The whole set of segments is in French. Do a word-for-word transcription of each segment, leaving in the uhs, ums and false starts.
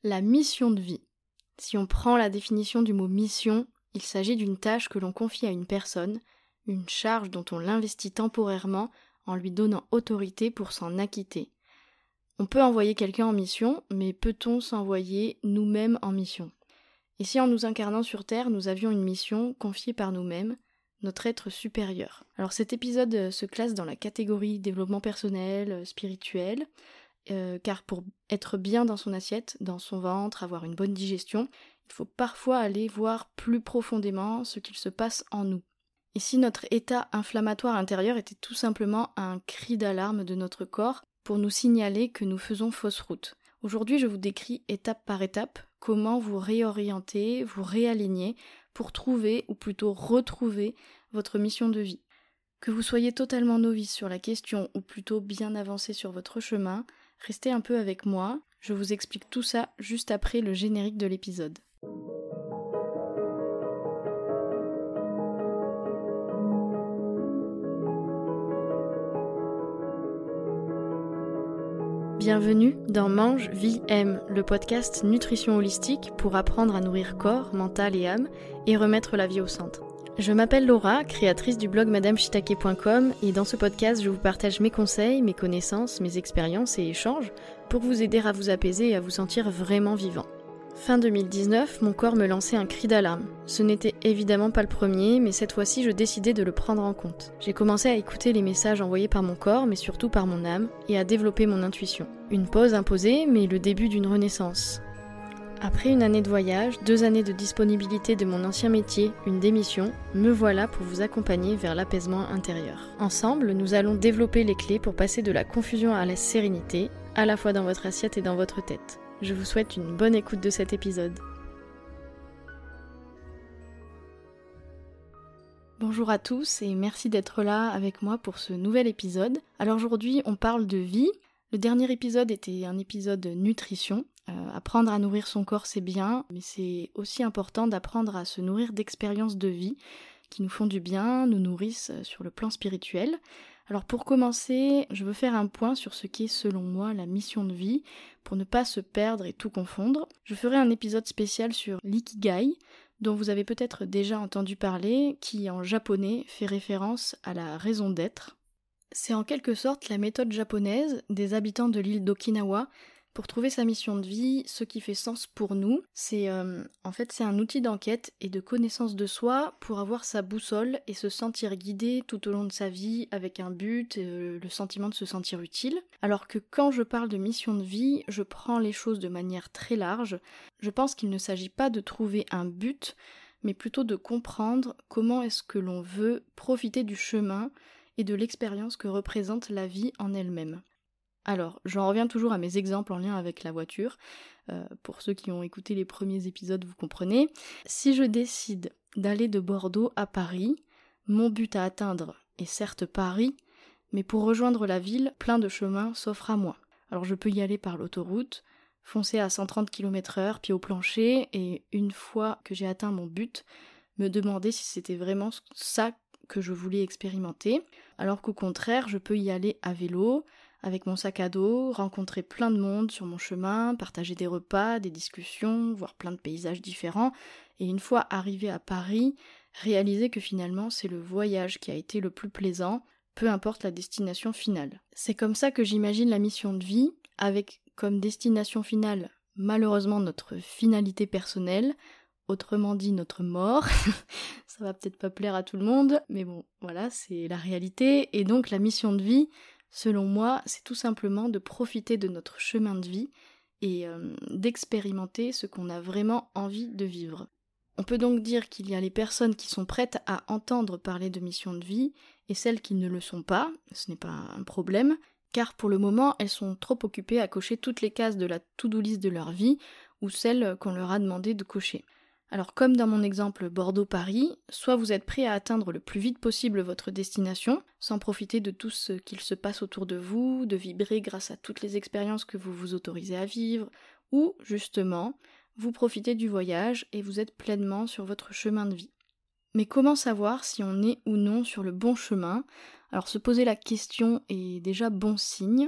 La mission de vie. Si on prend la définition du mot mission, il s'agit d'une tâche que l'on confie à une personne, une charge dont on l'investit temporairement en lui donnant autorité pour s'en acquitter. On peut envoyer quelqu'un en mission, mais peut-on s'envoyer nous-mêmes en mission ? Et si en nous incarnant sur Terre, nous avions une mission confiée par nous-mêmes, notre être supérieur ? Alors cet épisode se classe dans la catégorie développement personnel, spirituel, euh, car pour être bien dans son assiette, dans son ventre, avoir une bonne digestion, il faut parfois aller voir plus profondément ce qu'il se passe en nous. Et si notre état inflammatoire intérieur était tout simplement un cri d'alarme de notre corps pour nous signaler que nous faisons fausse route. Aujourd'hui, je vous décris étape par étape comment vous réorienter, vous réaligner pour trouver, ou plutôt retrouver, votre mission de vie. Que vous soyez totalement novice sur la question ou plutôt bien avancé sur votre chemin, restez un peu avec moi, je vous explique tout ça juste après le générique de l'épisode. Bienvenue dans Mange, Vie, Aime, le podcast nutrition holistique pour apprendre à nourrir corps, mental et âme et remettre la vie au centre. Je m'appelle Laura, créatrice du blog madame shitake point com et dans ce podcast je vous partage mes conseils, mes connaissances, mes expériences et échanges pour vous aider à vous apaiser et à vous sentir vraiment vivant. Fin deux mille dix-neuf, mon corps me lançait un cri d'alarme. Ce n'était évidemment pas le premier, mais cette fois-ci je décidais de le prendre en compte. J'ai commencé à écouter les messages envoyés par mon corps, mais surtout par mon âme, et à développer mon intuition. Une pause imposée, mais le début d'une renaissance. Après une année de voyage, deux années de disponibilité de mon ancien métier, une démission, me voilà pour vous accompagner vers l'apaisement intérieur. Ensemble, nous allons développer les clés pour passer de la confusion à la sérénité, à la fois dans votre assiette et dans votre tête. Je vous souhaite une bonne écoute de cet épisode. Bonjour à tous et merci d'être là avec moi pour ce nouvel épisode. Alors aujourd'hui, on parle de vie. Le dernier épisode était un épisode nutrition. Euh, apprendre à nourrir son corps, c'est bien, mais c'est aussi important d'apprendre à se nourrir d'expériences de vie qui nous font du bien, nous nourrissent sur le plan spirituel. Alors pour commencer, je veux faire un point sur ce qu'est selon moi la mission de vie, pour ne pas se perdre et tout confondre. Je ferai un épisode spécial sur l'ikigai, dont vous avez peut-être déjà entendu parler, qui en japonais fait référence à la raison d'être. C'est en quelque sorte la méthode japonaise des habitants de l'île d'Okinawa pour trouver sa mission de vie, ce qui fait sens pour nous. C'est euh, en fait c'est un outil d'enquête et de connaissance de soi pour avoir sa boussole et se sentir guidé tout au long de sa vie avec un but, euh, le sentiment de se sentir utile. Alors que quand je parle de mission de vie, je prends les choses de manière très large. Je pense qu'il ne s'agit pas de trouver un but, mais plutôt de comprendre comment est-ce que l'on veut profiter du chemin et de l'expérience que représente la vie en elle-même. Alors, j'en reviens toujours à mes exemples en lien avec la voiture. Euh, pour ceux qui ont écouté les premiers épisodes, vous comprenez. Si je décide d'aller de Bordeaux à Paris, mon but à atteindre est certes Paris, mais pour rejoindre la ville, plein de chemins s'offrent à moi. Alors je peux y aller par l'autoroute, foncer à cent trente kilomètres heure, pied au plancher, et une fois que j'ai atteint mon but, me demander si c'était vraiment ça que je voulais expérimenter. Alors qu'au contraire, je peux y aller à vélo, avec mon sac à dos, rencontrer plein de monde sur mon chemin, partager des repas, des discussions, voir plein de paysages différents, et une fois arrivé à Paris, réaliser que finalement c'est le voyage qui a été le plus plaisant, peu importe la destination finale. C'est comme ça que j'imagine la mission de vie, avec comme destination finale, malheureusement notre finalité personnelle, autrement dit notre mort. Ça va peut-être pas plaire à tout le monde, mais bon, voilà, c'est la réalité, et donc la mission de vie, selon moi, c'est tout simplement de profiter de notre chemin de vie et euh, d'expérimenter ce qu'on a vraiment envie de vivre. On peut donc dire qu'il y a les personnes qui sont prêtes à entendre parler de mission de vie et celles qui ne le sont pas, ce n'est pas un problème, car pour le moment, elles sont trop occupées à cocher toutes les cases de la to-do list de leur vie ou celles qu'on leur a demandé de cocher. Alors comme dans mon exemple Bordeaux-Paris, soit vous êtes prêt à atteindre le plus vite possible votre destination, sans profiter de tout ce qu'il se passe autour de vous, de vibrer grâce à toutes les expériences que vous vous autorisez à vivre, ou justement, vous profitez du voyage et vous êtes pleinement sur votre chemin de vie. Mais comment savoir si on est ou non sur le bon chemin ? Alors se poser la question est déjà bon signe.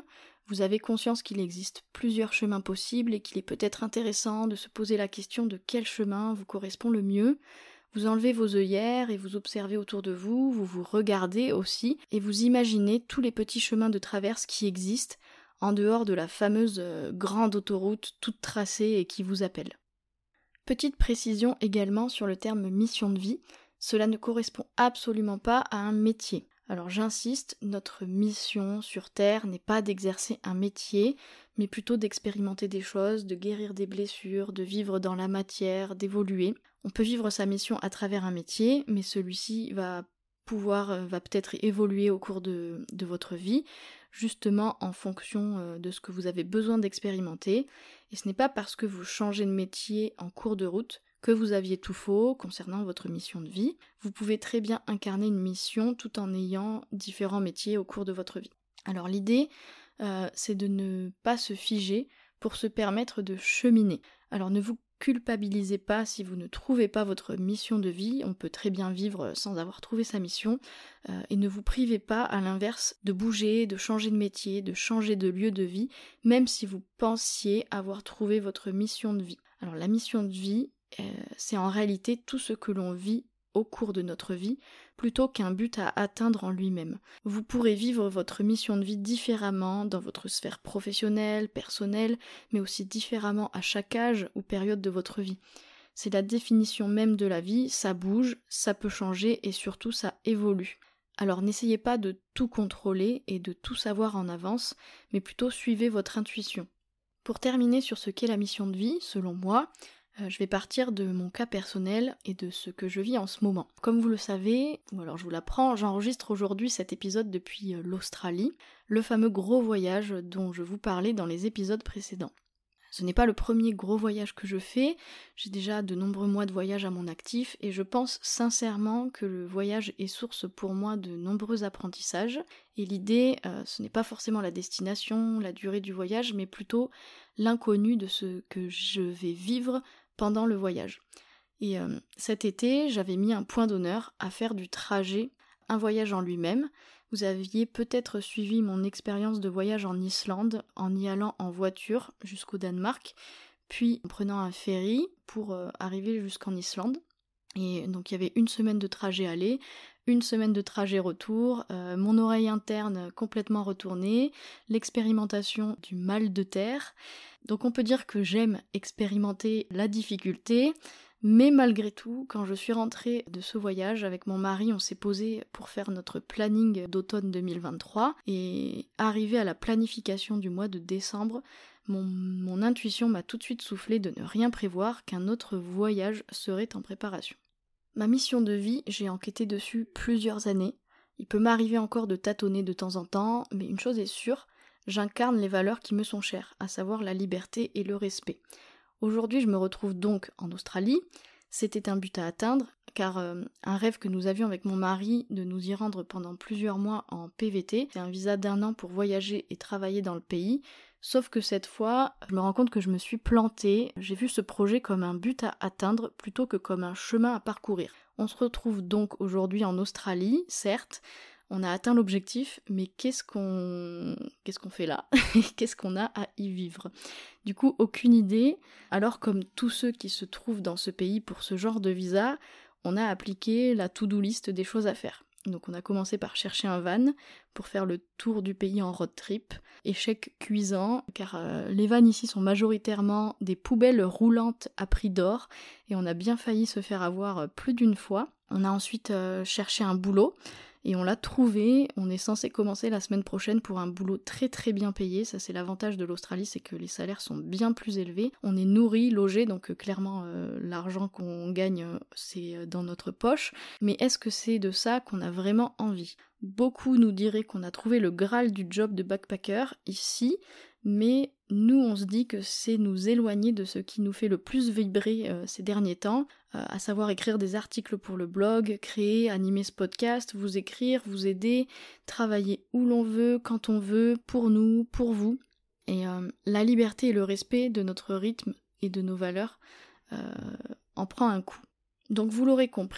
Vous avez conscience qu'il existe plusieurs chemins possibles et qu'il est peut-être intéressant de se poser la question de quel chemin vous correspond le mieux. Vous enlevez vos œillères et vous observez autour de vous, vous vous regardez aussi et vous imaginez tous les petits chemins de traverse qui existent en dehors de la fameuse euh, grande autoroute toute tracée et qui vous appelle. Petite précision également sur le terme mission de vie, cela ne correspond absolument pas à un métier. Alors j'insiste, notre mission sur Terre n'est pas d'exercer un métier, mais plutôt d'expérimenter des choses, de guérir des blessures, de vivre dans la matière, d'évoluer. On peut vivre sa mission à travers un métier, mais celui-ci va pouvoir, va peut-être évoluer au cours de, de votre vie, justement en fonction de ce que vous avez besoin d'expérimenter. Et ce n'est pas parce que vous changez de métier en cours de route que vous aviez tout faux concernant votre mission de vie. Vous pouvez très bien incarner une mission tout en ayant différents métiers au cours de votre vie. Alors l'idée, euh, c'est de ne pas se figer pour se permettre de cheminer. Alors ne vous culpabilisez pas si vous ne trouvez pas votre mission de vie, on peut très bien vivre sans avoir trouvé sa mission, euh, et ne vous privez pas à l'inverse de bouger, de changer de métier, de changer de lieu de vie, même si vous pensiez avoir trouvé votre mission de vie. Alors la mission de vie, Euh, c'est en réalité tout ce que l'on vit au cours de notre vie, plutôt qu'un but à atteindre en lui-même. Vous pourrez vivre votre mission de vie différemment dans votre sphère professionnelle, personnelle, mais aussi différemment à chaque âge ou période de votre vie. C'est la définition même de la vie, ça bouge, ça peut changer et surtout ça évolue. Alors n'essayez pas de tout contrôler et de tout savoir en avance, mais plutôt suivez votre intuition. Pour terminer sur ce qu'est la mission de vie, selon moi, je vais partir de mon cas personnel et de ce que je vis en ce moment. Comme vous le savez, ou alors je vous l'apprends, j'enregistre aujourd'hui cet épisode depuis l'Australie, le fameux gros voyage dont je vous parlais dans les épisodes précédents. Ce n'est pas le premier gros voyage que je fais, j'ai déjà de nombreux mois de voyage à mon actif et je pense sincèrement que le voyage est source pour moi de nombreux apprentissages. Et l'idée, euh, ce n'est pas forcément la destination, la durée du voyage, mais plutôt l'inconnu de ce que je vais vivre pendant le voyage. Et euh, cet été, j'avais mis un point d'honneur à faire du trajet, un voyage en lui-même. Vous aviez peut-être suivi mon expérience de voyage en Islande en y allant en voiture jusqu'au Danemark, puis en prenant un ferry pour euh, arriver jusqu'en Islande. Et donc il y avait une semaine de trajet aller, une semaine de trajet retour, euh, mon oreille interne complètement retournée, l'expérimentation du mal de terre. Donc on peut dire que j'aime expérimenter la difficulté, mais malgré tout, quand je suis rentrée de ce voyage avec mon mari, on s'est posé pour faire notre planning d'automne deux mille vingt-trois, et arrivé à la planification du mois de décembre, mon, mon intuition m'a tout de suite soufflé de ne rien prévoir, qu'un autre voyage serait en préparation. Ma mission de vie, j'ai enquêté dessus plusieurs années. Il peut m'arriver encore de tâtonner de temps en temps, mais une chose est sûre, j'incarne les valeurs qui me sont chères, à savoir la liberté et le respect. Aujourd'hui, je me retrouve donc en Australie. C'était un but à atteindre, car euh, un rêve que nous avions avec mon mari de nous y rendre pendant plusieurs mois en P V T, c'est un visa d'un an pour voyager et travailler dans le pays. Sauf que cette fois, je me rends compte que je me suis plantée, j'ai vu ce projet comme un but à atteindre plutôt que comme un chemin à parcourir. On se retrouve donc aujourd'hui en Australie, certes, on a atteint l'objectif, mais qu'est-ce qu'on qu'est-ce qu'on fait là? Qu'est-ce qu'on a à y vivre? Du coup, aucune idée. Alors comme tous ceux qui se trouvent dans ce pays pour ce genre de visa, on a appliqué la to-do list des choses à faire. Donc on a commencé par chercher un van pour faire le tour du pays en road trip. Échec cuisant, car euh, les vannes ici sont majoritairement des poubelles roulantes à prix d'or, et on a bien failli se faire avoir plus d'une fois. On a ensuite euh, cherché un boulot, et on l'a trouvé. On est censé commencer la semaine prochaine pour un boulot très très bien payé. Ça, c'est l'avantage de l'Australie, c'est que les salaires sont bien plus élevés. On est nourri, logé, donc euh, clairement euh, l'argent qu'on gagne, euh, c'est euh, dans notre poche. Mais est-ce que c'est de ça qu'on a vraiment envie? Beaucoup nous diraient qu'on a trouvé le Graal du job de backpacker ici, mais nous on se dit que c'est nous éloigner de ce qui nous fait le plus vibrer euh, ces derniers temps, euh, à savoir écrire des articles pour le blog, créer, animer ce podcast, vous écrire, vous aider, travailler où l'on veut, quand on veut, pour nous, pour vous. Et euh, la liberté et le respect de notre rythme et de nos valeurs euh, en prend un coup. Donc vous l'aurez compris,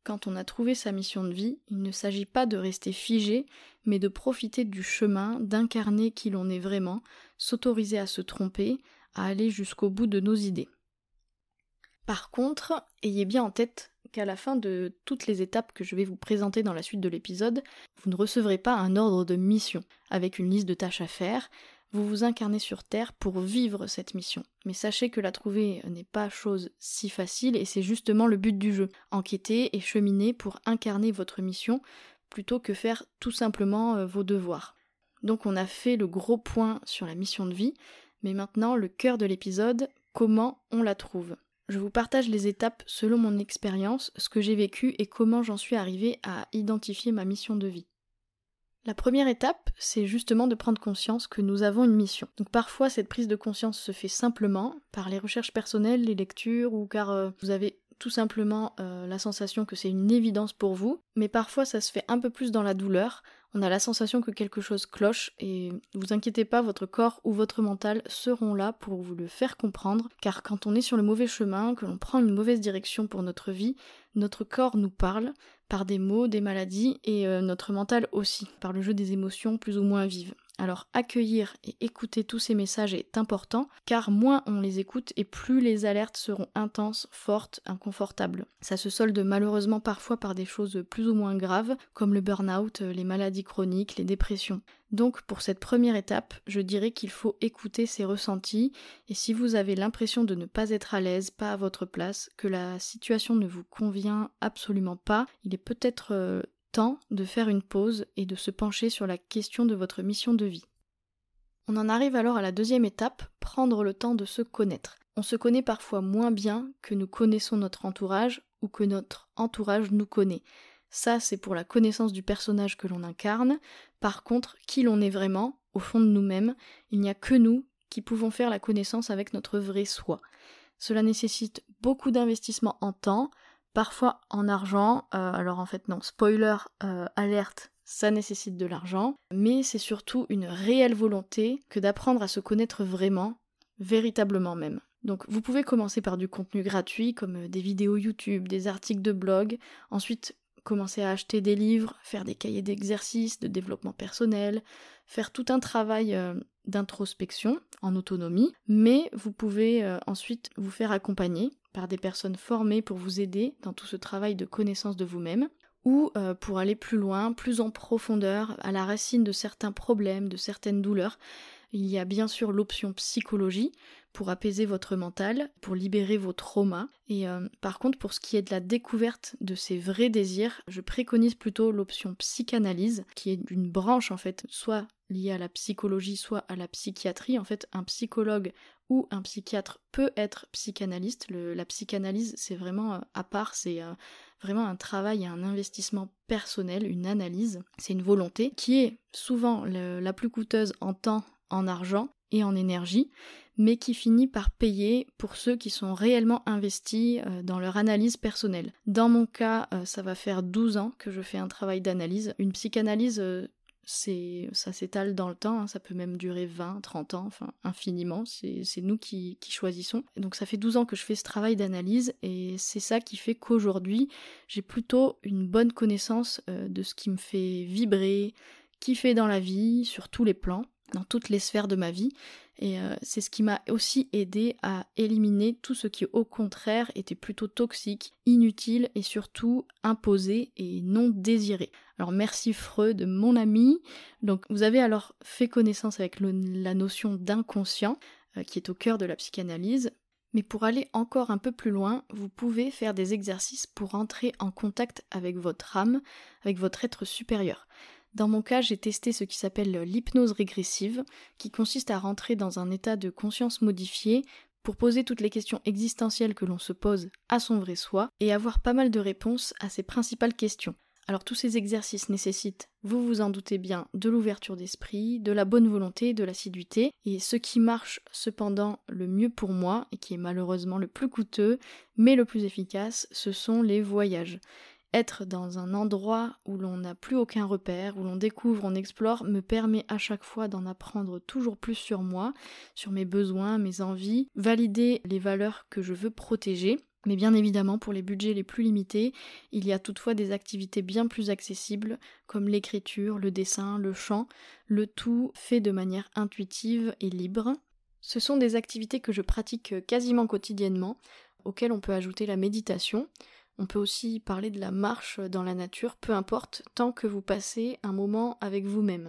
Quand on a trouvé sa mission de vie, il ne s'agit pas de rester figé, mais de profiter du chemin, d'incarner qui l'on est vraiment, s'autoriser à se tromper, à aller jusqu'au bout de nos idées. Par contre, ayez bien en tête qu'à la fin de toutes les étapes que je vais vous présenter dans la suite de l'épisode, vous ne recevrez pas un ordre de mission, avec une liste de tâches à faire. Vous vous incarnez sur Terre pour vivre cette mission. Mais sachez que la trouver n'est pas chose si facile et c'est justement le but du jeu. Enquêter et cheminer pour incarner votre mission plutôt que faire tout simplement euh, vos devoirs. Donc on a fait le gros point sur la mission de vie, mais maintenant le cœur de l'épisode, comment on la trouve. Je vous partage les étapes selon mon expérience, ce que j'ai vécu et comment j'en suis arrivée à identifier ma mission de vie. La première étape, c'est justement de prendre conscience que nous avons une mission. Donc parfois, cette prise de conscience se fait simplement par les recherches personnelles, les lectures, ou car euh, vous avez tout simplement euh, la sensation que c'est une évidence pour vous, mais parfois ça se fait un peu plus dans la douleur. On a la sensation que quelque chose cloche, et vous inquiétez pas, votre corps ou votre mental seront là pour vous le faire comprendre, car quand on est sur le mauvais chemin, que l'on prend une mauvaise direction pour notre vie, notre corps nous parle, par des mots, des maladies, et euh, notre mental aussi, par le jeu des émotions plus ou moins vives. Alors accueillir et écouter tous ces messages est important, car moins on les écoute et plus les alertes seront intenses, fortes, inconfortables. Ça se solde malheureusement parfois par des choses plus ou moins graves, comme le burn-out, les maladies chroniques, les dépressions. Donc pour cette première étape, je dirais qu'il faut écouter ces ressentis, et si vous avez l'impression de ne pas être à l'aise, pas à votre place, que la situation ne vous convient absolument pas, il est peut-être euh, temps de faire une pause et de se pencher sur la question de votre mission de vie. On en arrive alors à la deuxième étape, prendre le temps de se connaître. On se connaît parfois moins bien que nous connaissons notre entourage ou que notre entourage nous connaît. Ça, c'est pour la connaissance du personnage que l'on incarne. Par contre, qui l'on est vraiment, au fond de nous-mêmes, il n'y a que nous qui pouvons faire la connaissance avec notre vrai soi. Cela nécessite beaucoup d'investissement en temps, parfois en argent, euh, alors en fait non, spoiler, euh, alerte, ça nécessite de l'argent, mais c'est surtout une réelle volonté que d'apprendre à se connaître vraiment, véritablement même. Donc vous pouvez commencer par du contenu gratuit comme des vidéos YouTube, des articles de blog, ensuite commencer à acheter des livres, faire des cahiers d'exercices, de développement personnel, faire tout un travail euh, d'introspection en autonomie, mais vous pouvez euh, ensuite vous faire accompagner par des personnes formées pour vous aider dans tout ce travail de connaissance de vous-même, ou euh, pour aller plus loin, plus en profondeur, à la racine de certains problèmes, de certaines douleurs. Il y a bien sûr l'option psychologie pour apaiser votre mental, pour libérer vos traumas. Et euh, par contre, pour ce qui est de la découverte de ces vrais désirs, je préconise plutôt l'option psychanalyse, qui est une branche en fait, soit liée à la psychologie, soit à la psychiatrie. En fait, un psychologue ou un psychiatre peut être psychanalyste. Le, la psychanalyse, c'est vraiment euh, à part, c'est euh, vraiment un travail et un investissement personnel, une analyse. C'est une volonté qui est souvent le, la plus coûteuse en temps, en argent et en énergie, mais qui finit par payer pour ceux qui sont réellement investis euh, dans leur analyse personnelle. Dans mon cas, euh, ça va faire douze ans que je fais un travail d'analyse. Une psychanalyse, euh, c'est, ça s'étale dans le temps, hein, ça peut même durer vingt, trente ans, enfin infiniment, c'est, c'est nous qui, qui choisissons. Donc ça fait douze ans que je fais ce travail d'analyse, et c'est ça qui fait qu'aujourd'hui, j'ai plutôt une bonne connaissance euh, de ce qui me fait vibrer, kiffer dans la vie, sur tous les plans, dans toutes les sphères de ma vie, et euh, c'est ce qui m'a aussi aidé à éliminer tout ce qui au contraire était plutôt toxique, inutile et surtout imposé et non désiré. Alors merci Freud, mon ami. Donc vous avez alors fait connaissance avec le, la notion d'inconscient euh, qui est au cœur de la psychanalyse. Mais pour aller encore un peu plus loin, vous pouvez faire des exercices pour entrer en contact avec votre âme, avec votre être supérieur. Dans mon cas, j'ai testé ce qui s'appelle l'hypnose régressive, qui consiste à rentrer dans un état de conscience modifié pour poser toutes les questions existentielles que l'on se pose à son vrai soi et avoir pas mal de réponses à ses principales questions. Alors tous ces exercices nécessitent, vous vous en doutez bien, de l'ouverture d'esprit, de la bonne volonté, de l'assiduité, et ce qui marche cependant le mieux pour moi, et qui est malheureusement le plus coûteux, mais le plus efficace, ce sont les voyages. Être dans un endroit où l'on n'a plus aucun repère, où l'on découvre, on explore, me permet à chaque fois d'en apprendre toujours plus sur moi, sur mes besoins, mes envies, valider les valeurs que je veux protéger. Mais bien évidemment, pour les budgets les plus limités, il y a toutefois des activités bien plus accessibles, comme l'écriture, le dessin, le chant, le tout fait de manière intuitive et libre. Ce sont des activités que je pratique quasiment quotidiennement, auxquelles on peut ajouter la méditation. On peut aussi parler de la marche dans la nature, peu importe, tant que vous passez un moment avec vous-même.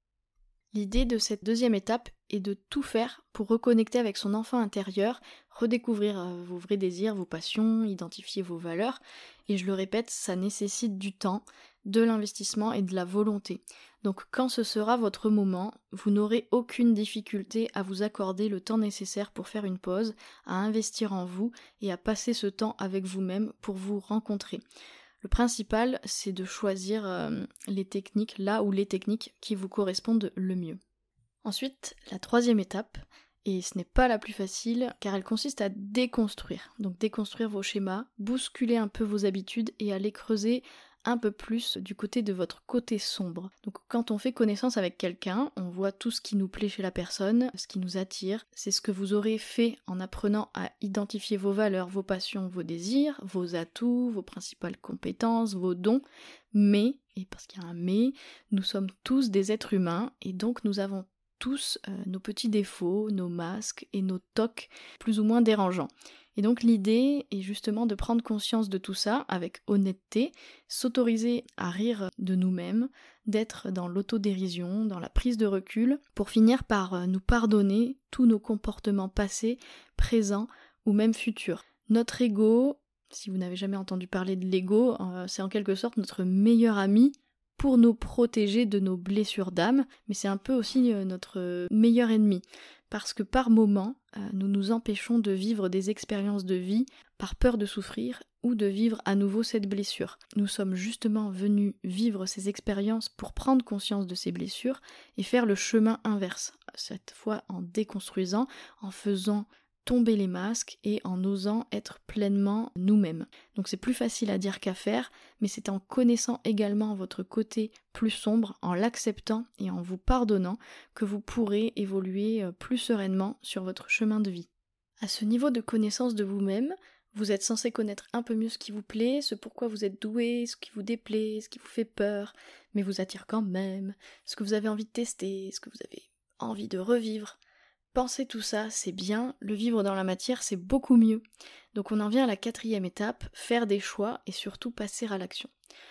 L'idée de cette deuxième étape est de tout faire pour reconnecter avec son enfant intérieur, redécouvrir vos vrais désirs, vos passions, identifier vos valeurs, et je le répète, ça nécessite du temps, de l'investissement et de la volonté. Donc quand ce sera votre moment, vous n'aurez aucune difficulté à vous accorder le temps nécessaire pour faire une pause, à investir en vous et à passer ce temps avec vous-même pour vous rencontrer. Le principal, c'est de choisir euh, les techniques, là où les techniques qui vous correspondent le mieux. Ensuite, la troisième étape, et ce n'est pas la plus facile, car elle consiste à déconstruire. Donc déconstruire vos schémas, bousculer un peu vos habitudes et aller creuser un peu plus du côté de votre côté sombre. Donc quand on fait connaissance avec quelqu'un, on voit tout ce qui nous plaît chez la personne, ce qui nous attire. C'est ce que vous aurez fait en apprenant à identifier vos valeurs, vos passions, vos désirs, vos atouts, vos principales compétences, vos dons. Mais, et parce qu'il y a un mais, nous sommes tous des êtres humains et donc nous avons tous euh, nos petits défauts, nos masques et nos tocs plus ou moins dérangeants. Et donc l'idée est justement de prendre conscience de tout ça avec honnêteté, s'autoriser à rire de nous-mêmes, d'être dans l'autodérision, dans la prise de recul, pour finir par nous pardonner tous nos comportements passés, présents ou même futurs. Notre ego, si vous n'avez jamais entendu parler de l'ego, euh, c'est en quelque sorte notre meilleur ami pour nous protéger de nos blessures d'âme, mais c'est un peu aussi euh, notre meilleur ennemi. Parce que par moments, euh, nous nous empêchons de vivre des expériences de vie par peur de souffrir ou de vivre à nouveau cette blessure. Nous sommes justement venus vivre ces expériences pour prendre conscience de ces blessures et faire le chemin inverse, cette fois en déconstruisant, en faisant tomber les masques et en osant être pleinement nous-mêmes. Donc c'est plus facile à dire qu'à faire, mais c'est en connaissant également votre côté plus sombre, en l'acceptant et en vous pardonnant que vous pourrez évoluer plus sereinement sur votre chemin de vie. À ce niveau de connaissance de vous-même, vous êtes censé connaître un peu mieux ce qui vous plaît, ce pourquoi vous êtes doué, ce qui vous déplaît, ce qui vous fait peur, mais vous attire quand même, ce que vous avez envie de tester, ce que vous avez envie de revivre. Penser tout ça, c'est bien, le vivre dans la matière, c'est beaucoup mieux. Donc on en vient à la quatrième étape, faire des choix et surtout passer à l'action.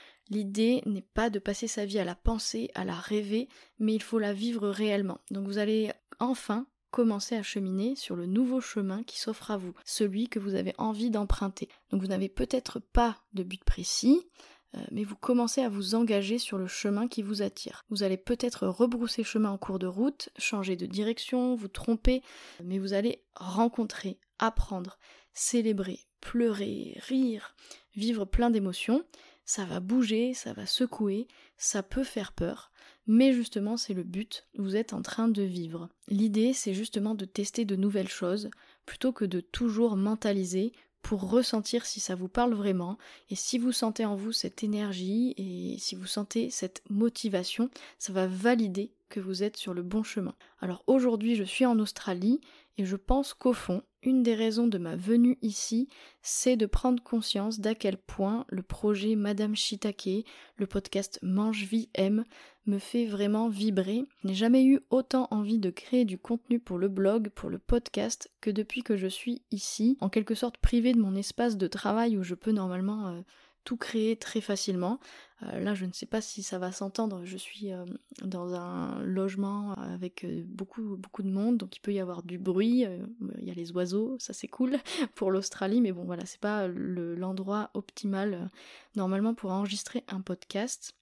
L'idée n'est pas de passer sa vie à la penser, à la rêver, mais il faut la vivre réellement. Donc vous allez enfin commencer à cheminer sur le nouveau chemin qui s'offre à vous, celui que vous avez envie d'emprunter. Donc vous n'avez peut-être pas de but précis, Euh, mais vous commencez à vous engager sur le chemin qui vous attire. Vous allez peut-être rebrousser chemin en cours de route, changer de direction, vous tromper, mais vous allez rencontrer, apprendre, célébrer, pleurer, rire, vivre plein d'émotions. Ça va bouger, ça va secouer, ça peut faire peur, mais justement c'est le but, vous êtes en train de vivre. L'idée c'est justement de tester de nouvelles choses, plutôt que de toujours mentaliser pour ressentir si ça vous parle vraiment, et si vous sentez en vous cette énergie, et si vous sentez cette motivation, ça va valider que vous êtes sur le bon chemin. Alors aujourd'hui je suis en Australie, et je pense qu'au fond, une des raisons de ma venue ici, c'est de prendre conscience d'à quel point le projet Madame Shiitake, le podcast Mange, Vis, Aime, me fait vraiment vibrer. Je n'ai jamais eu autant envie de créer du contenu pour le blog, pour le podcast, que depuis que je suis ici, en quelque sorte privée de mon espace de travail où je peux normalement euh, tout créer très facilement. Euh, là, je ne sais pas si ça va s'entendre, je suis euh, dans un logement avec euh, beaucoup, beaucoup de monde, donc il peut y avoir du bruit, euh, il y a les oiseaux, ça c'est cool pour l'Australie, mais bon voilà, c'est pas le, l'endroit optimal euh, normalement pour enregistrer un podcast.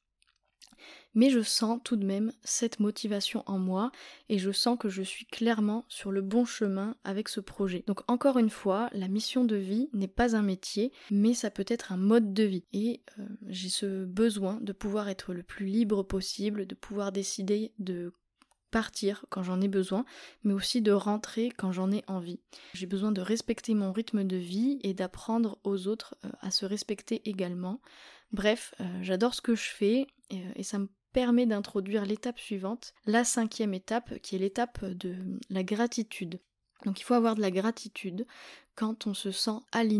Mais je sens tout de même cette motivation en moi et je sens que je suis clairement sur le bon chemin avec ce projet. Donc encore une fois, la mission de vie n'est pas un métier, mais ça peut être un mode de vie. Et euh, j'ai ce besoin de pouvoir être le plus libre possible, de pouvoir décider de partir quand j'en ai besoin, mais aussi de rentrer quand j'en ai envie. J'ai besoin de respecter mon rythme de vie et d'apprendre aux autres euh, à se respecter également. Bref, euh, j'adore ce que je fais et, et ça me permet d'introduire l'étape suivante, la cinquième étape, qui est l'étape de la gratitude. Donc il faut avoir de la gratitude quand on se sent aligné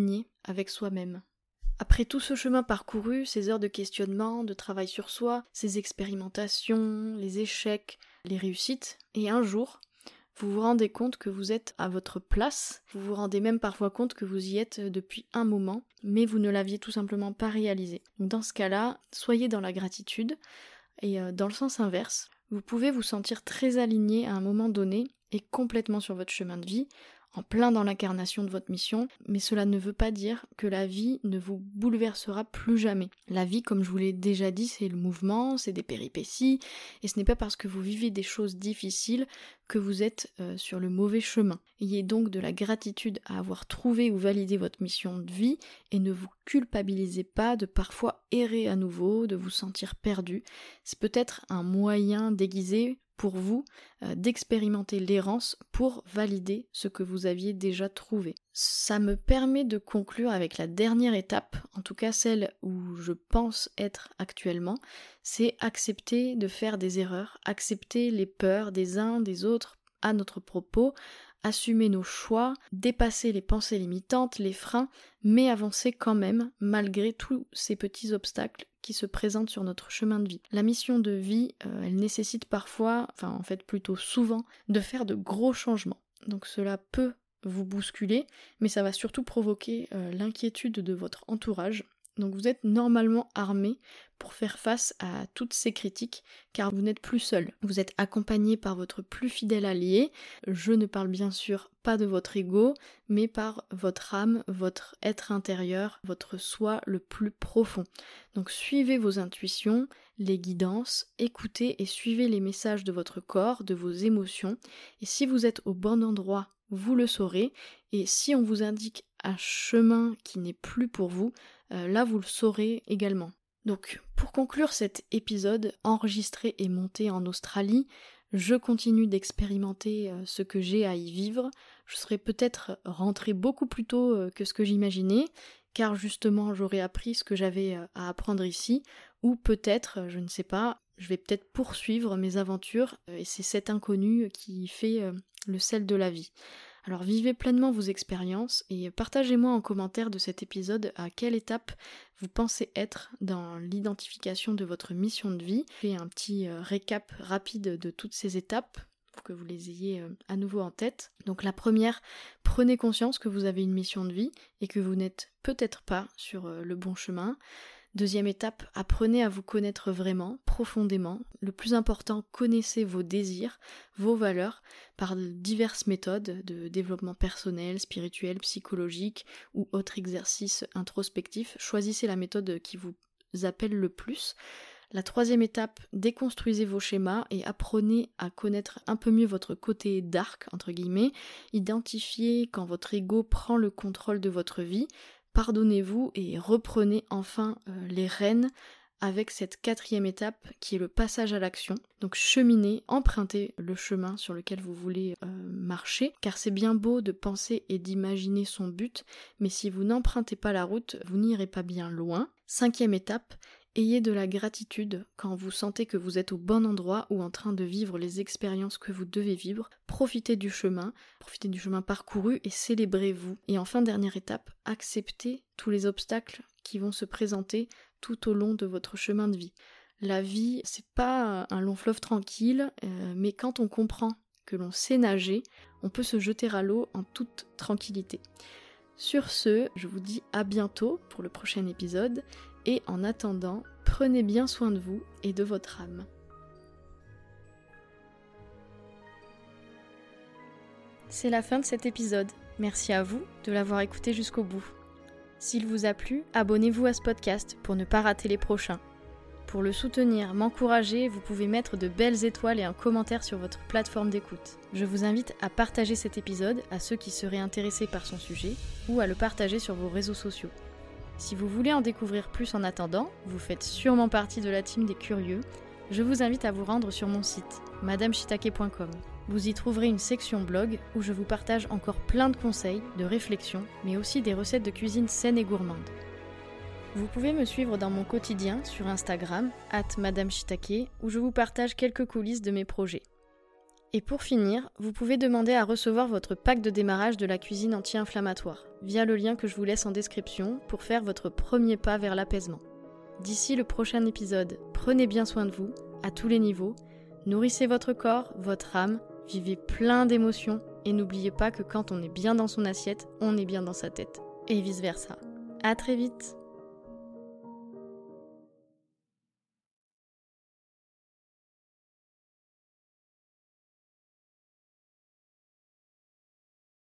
avec soi-même. Après tout ce chemin parcouru, ces heures de questionnement, de travail sur soi, ces expérimentations, les échecs, les réussites, et un jour, vous vous rendez compte que vous êtes à votre place, vous vous rendez même parfois compte que vous y êtes depuis un moment, mais vous ne l'aviez tout simplement pas réalisé. Donc dans ce cas-là, soyez dans la gratitude, et dans le sens inverse, vous pouvez vous sentir très aligné à un moment donné et complètement sur votre chemin de vie, en plein dans l'incarnation de votre mission, mais cela ne veut pas dire que la vie ne vous bouleversera plus jamais. La vie, comme je vous l'ai déjà dit, c'est le mouvement, c'est des péripéties, et ce n'est pas parce que vous vivez des choses difficiles que vous êtes euh, sur le mauvais chemin. Ayez donc de la gratitude à avoir trouvé ou validé votre mission de vie, et ne vous culpabilisez pas de parfois errer à nouveau, de vous sentir perdu. C'est peut-être un moyen déguisé pour vous euh, d'expérimenter l'errance pour valider ce que vous aviez déjà trouvé. Ça me permet de conclure avec la dernière étape, en tout cas celle où je pense être actuellement, c'est accepter de faire des erreurs, accepter les peurs des uns, des autres à notre propos, assumer nos choix, dépasser les pensées limitantes, les freins, mais avancer quand même malgré tous ces petits obstacles qui se présentent sur notre chemin de vie. La mission de vie, euh, elle nécessite parfois, enfin en fait plutôt souvent, de faire de gros changements. Donc cela peut vous bousculer, mais ça va surtout provoquer euh, l'inquiétude de votre entourage. Donc vous êtes normalement armé pour faire face à toutes ces critiques, car vous n'êtes plus seul. Vous êtes accompagné par votre plus fidèle allié. Je ne parle bien sûr pas de votre ego, mais par votre âme, votre être intérieur, votre soi le plus profond. Donc suivez vos intuitions, les guidances, écoutez et suivez les messages de votre corps, de vos émotions. Et si vous êtes au bon endroit, vous le saurez. Et si on vous indique un chemin qui n'est plus pour vous, euh, là vous le saurez également. Donc pour conclure cet épisode enregistré et monté en Australie, je continue d'expérimenter euh, ce que j'ai à y vivre. Je serais peut-être rentrée beaucoup plus tôt euh, que ce que j'imaginais, car justement j'aurais appris ce que j'avais euh, à apprendre ici, ou peut-être, euh, je ne sais pas, je vais peut-être poursuivre mes aventures, euh, et c'est cet inconnu qui fait euh, le sel de la vie. Alors vivez pleinement vos expériences et partagez-moi en commentaire de cet épisode à quelle étape vous pensez être dans l'identification de votre mission de vie. Je fais un petit récap rapide de toutes ces étapes pour que vous les ayez à nouveau en tête. Donc la première, prenez conscience que vous avez une mission de vie et que vous n'êtes peut-être pas sur le bon chemin. Deuxième étape, apprenez à vous connaître vraiment, profondément. Le plus important, connaissez vos désirs, vos valeurs, par diverses méthodes de développement personnel, spirituel, psychologique ou autres exercices introspectifs. Choisissez la méthode qui vous appelle le plus. La troisième étape, déconstruisez vos schémas et apprenez à connaître un peu mieux votre côté dark, entre guillemets. Identifiez quand votre ego prend le contrôle de votre vie. Pardonnez-vous et reprenez enfin euh, les rênes avec cette quatrième étape qui est le passage à l'action. Donc cheminez, empruntez le chemin sur lequel vous voulez euh, marcher, car c'est bien beau de penser et d'imaginer son but, mais si vous n'empruntez pas la route, vous n'irez pas bien loin. Cinquième étape, ayez de la gratitude quand vous sentez que vous êtes au bon endroit ou en train de vivre les expériences que vous devez vivre. Profitez du chemin, profitez du chemin parcouru et célébrez-vous. Et enfin, dernière étape, acceptez tous les obstacles qui vont se présenter tout au long de votre chemin de vie. La vie, c'est pas un long fleuve tranquille, euh, mais quand on comprend que l'on sait nager, on peut se jeter à l'eau en toute tranquillité. Sur ce, je vous dis à bientôt pour le prochain épisode. Et en attendant, prenez bien soin de vous et de votre âme. C'est la fin de cet épisode. Merci à vous de l'avoir écouté jusqu'au bout. S'il vous a plu, abonnez-vous à ce podcast pour ne pas rater les prochains. Pour le soutenir, m'encourager, vous pouvez mettre de belles étoiles et un commentaire sur votre plateforme d'écoute. Je vous invite à partager cet épisode à ceux qui seraient intéressés par son sujet ou à le partager sur vos réseaux sociaux. Si vous voulez en découvrir plus en attendant, vous faites sûrement partie de la team des curieux, je vous invite à vous rendre sur mon site, madame shitake point com. Vous y trouverez une section blog où je vous partage encore plein de conseils, de réflexions, mais aussi des recettes de cuisine saines et gourmandes. Vous pouvez me suivre dans mon quotidien sur Instagram, arobase madame shitake, où je vous partage quelques coulisses de mes projets. Et pour finir, vous pouvez demander à recevoir votre pack de démarrage de la cuisine anti-inflammatoire via le lien que je vous laisse en description pour faire votre premier pas vers l'apaisement. D'ici le prochain épisode, prenez bien soin de vous, à tous les niveaux, nourrissez votre corps, votre âme, vivez plein d'émotions et n'oubliez pas que quand on est bien dans son assiette, on est bien dans sa tête. Et vice versa. À très vite!